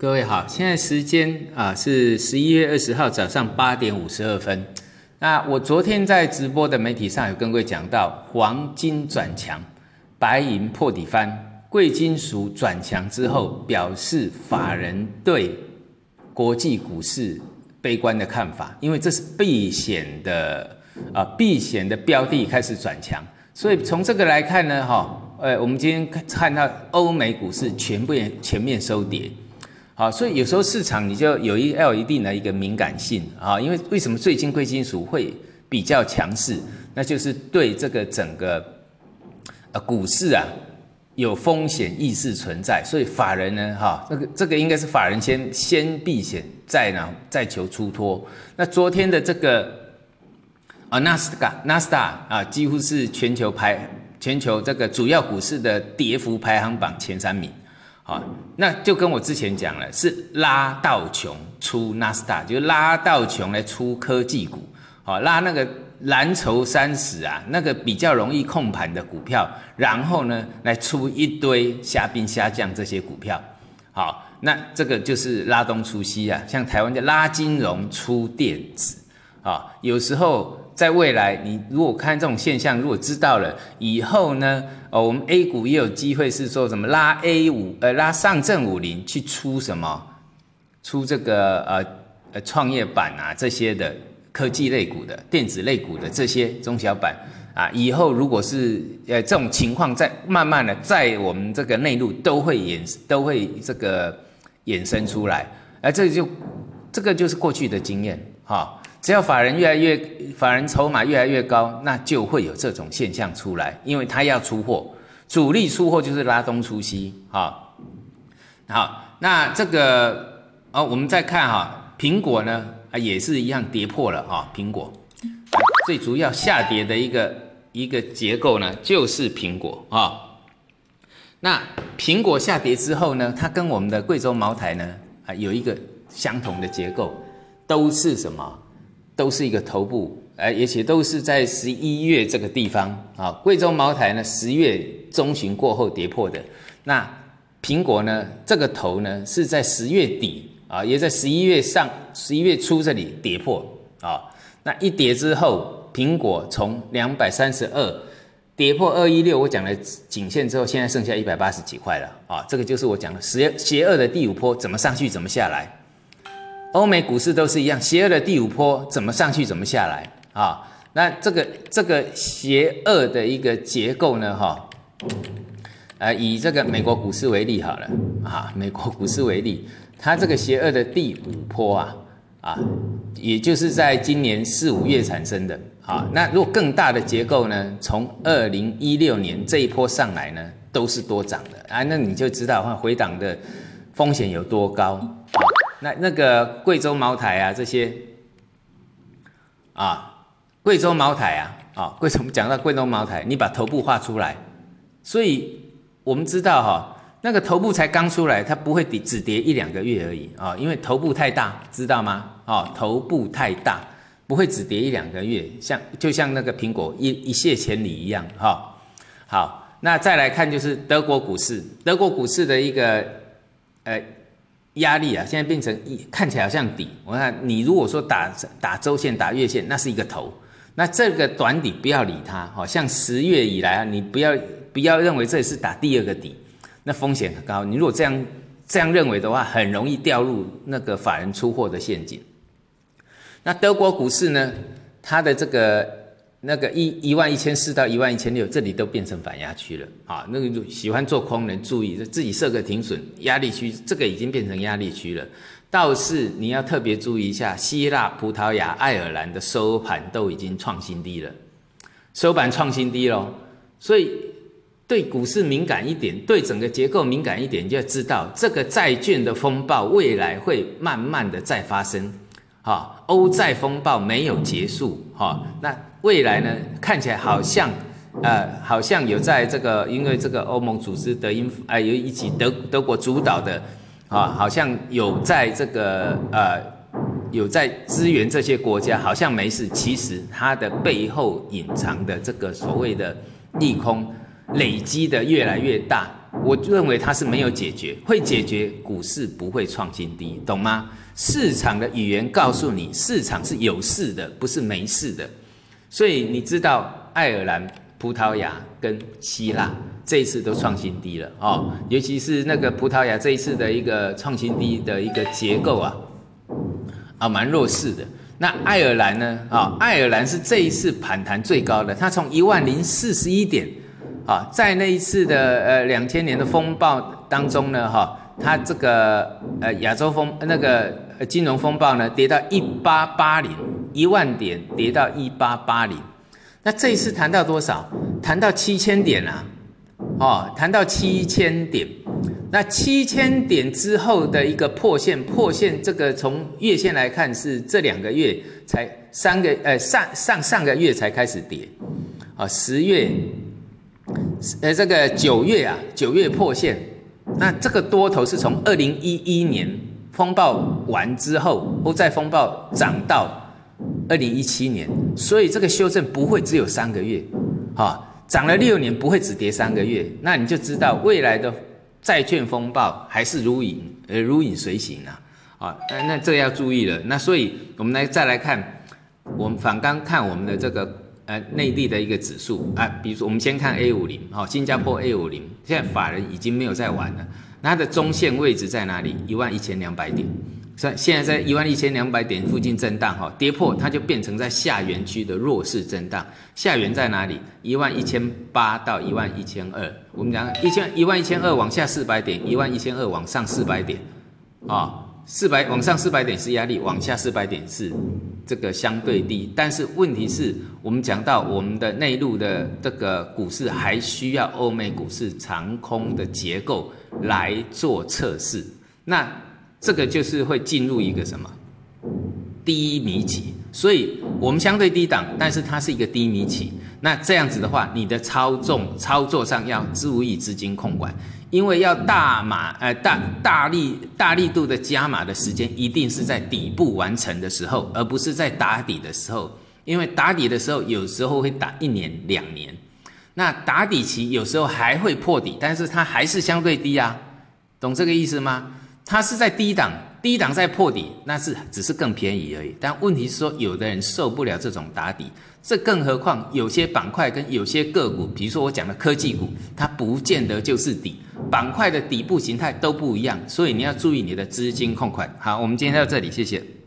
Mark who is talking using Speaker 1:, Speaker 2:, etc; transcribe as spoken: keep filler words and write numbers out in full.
Speaker 1: 各位好，现在时间啊是十一月二十号早上八点五十二分。那我昨天在直播的媒体上有跟各位讲到，黄金转强，白银破底翻，贵金属转强之后，表示法人对国际股市悲观的看法，因为这是避险的啊避险的标的开始转强，所以从这个来看呢，哈，呃，我们今天看到欧美股市全部全面收跌。好，所以有时候市场你就有一要有一定的一个敏感性啊，因为为什么最近贵金属会比较强势？那就是对这个整个呃股市啊有风险意识存在，所以法人呢，哈，这个这个应该是法人先先避险，再呢再求出脱。那昨天的这个啊纳斯达纳斯达啊，几乎是全球排全球这个主要股市的跌幅排行榜前三名。好，那就跟我之前讲了，是拉道琼出纳斯达，就拉道琼来出科技股，好，拉那个蓝筹三十啊，那个比较容易控盘的股票，然后呢来出一堆虾兵虾将这些股票，好，那这个就是拉东出西啊，像台湾的拉金融出电子，啊，有时候。在未来，你如果看这种现象，如果知道了以后呢，哦，我们 A 股也有机会是说什么拉 A 五，呃，拉上证五零去出什么，出这个呃呃创业板啊这些的科技类股的、电子类股的这些中小板啊，以后如果是呃这种情况在慢慢的在我们这个内陆都会衍都会这个衍生出来，而、啊、这就这个就是过去的经验，哈、哦。只要法人越来越，法人筹码越来越高，那就会有这种现象出来，因为他要出货，主力出货就是拉东出西，好，好，那这个哦，我们再看哈，苹果呢啊也是一样跌破了哈，苹果最主要下跌的一个一个结构呢就是苹果啊，那苹果下跌之后呢，它跟我们的贵州茅台呢啊有一个相同的结构，都是什么？都是一个头部，而且都是在十一月这个地方啊。贵州茅台呢，十月中旬过后跌破的。那苹果呢，这个头呢是在十月底啊，也在十一月上、十一月初这里跌破啊。那一跌之后，苹果从两百三十二跌破二一六，我讲了颈线之后，现在剩下一百八十几块了啊。这个就是我讲的邪邪恶的第五波，怎么上去怎么下来。欧美股市都是一样，邪恶的第五波怎么上去怎么下来啊？那这个这个邪恶的一个结构呢，哈，呃，以这个美国股市为例好了啊，美国股市为例，它这个邪恶的第五波啊啊，也就是在今年四五月产生的啊。那如果更大的结构呢，从二零一六年这一波上来呢，都是多涨的啊，那你就知道回档的风险有多高啊。那那个贵州茅台啊，这些啊，贵州茅台啊，啊，为什么讲到贵州茅台？你把头部画出来，所以我们知道哈、哦，那个头部才刚出来，它不会只跌一两个月而已啊，因为头部太大，知道吗？啊，头部太大，不会只跌一两个月，像就像那个苹果一一泻千里一样哈、哦。好，那再来看就是德国股市，德国股市的一个呃。压力啊，现在变成看起来好像底。我看你如果说打打周线、打月线，那是一个头。那这个短底不要理它，好像十月以来啊，你不要不要认为这是打第二个底，那风险很高。你如果这样这样认为的话，很容易掉入那个法人出货的陷阱。那德国股市呢，它的这个。那个一一万一千四到一万一千六，这里都变成反压区了啊！那个喜欢做空人注意，自己设个停损压力区，这个已经变成压力区了。倒是你要特别注意一下，希腊、葡萄牙、爱尔兰的收盘都已经创新低了，收盘创新低咯。所以对股市敏感一点，对整个结构敏感一点，就要知道这个债券的风暴未来会慢慢的再发生。哈，欧债风暴没有结束哈，那未来呢看起来好像呃好像有在这个因为这个欧盟组织德英呃有一起德德国主导的啊，好像有在这个呃有在支援这些国家，好像没事，其实它的背后隐藏的这个所谓的利空累积的越来越大我认为它是没有解决，会解决股市不会创新低，懂吗？市场的语言告诉你，市场是有事的，不是没事的。所以你知道爱尔兰、葡萄牙跟希腊这一次都创新低了哦，尤其是那个葡萄牙这一次的一个创新低的一个结构啊，啊蛮弱势的。那爱尔兰呢？啊、哦，爱尔兰是这一次反弹最高的，它从一万零四十一点，啊、哦，在那一次的呃两千年的风暴当中呢，哈、哦，它这个呃亚洲风那个金融风暴呢，跌到一八八零，一万点跌到一八八零。那这一次谈到多少？谈到七千点啊，哦，谈到七千点。那七千点之后的一个破线，破线这个从月线来看是这两个月才三个呃上上上个月才开始跌，啊、哦，十月，呃这个九月啊九月破线，那这个多头是从二零一一年风暴完之后，欧债风暴涨到二零一七年，所以这个修正不会只有三个月，啊、哦，涨了六年不会只跌三个月，那你就知道未来的债券风暴还是如影呃如影随形啊，啊，那那这个要注意了。那所以我们来再来看，我们反刚看我们的这个呃内地的一个指数啊，比如说我们先看 A 五十，好，新加坡 A 五十，现在法人已经没有在玩了，那它的中线位置在哪里？一万一千两百点。现在在一万一千两百点附近震荡，跌破它就变成在下缘区的弱势震荡。下缘在哪里？一万一千八到一万一千二。我们讲一万一千二往下四百点，一万一千二往上四百点，啊，四百往上四百点是压力，往下四百点是这个相对低。但是问题是我们讲到我们的内陆的这个股市还需要欧美股市长空的结构来做测试。那这个就是会进入一个什么低迷期，所以我们相对低档，但是它是一个低迷期。那这样子的话，你的操纵操作上要注意资金控管，因为要大码呃大大力大力度的加码的时间，一定是在底部完成的时候，而不是在打底的时候。因为打底的时候，有时候会打一年两年，那打底期有时候还会破底，但是它还是相对低啊，懂这个意思吗？它是在低档，低档在破底，那是只是更便宜而已。但问题是说，有的人受不了这种打底，这更何况有些板块跟有些个股，比如说我讲的科技股，它不见得就是底，板块的底部形态都不一样，所以你要注意你的资金控管。好，我们今天到这里，谢谢。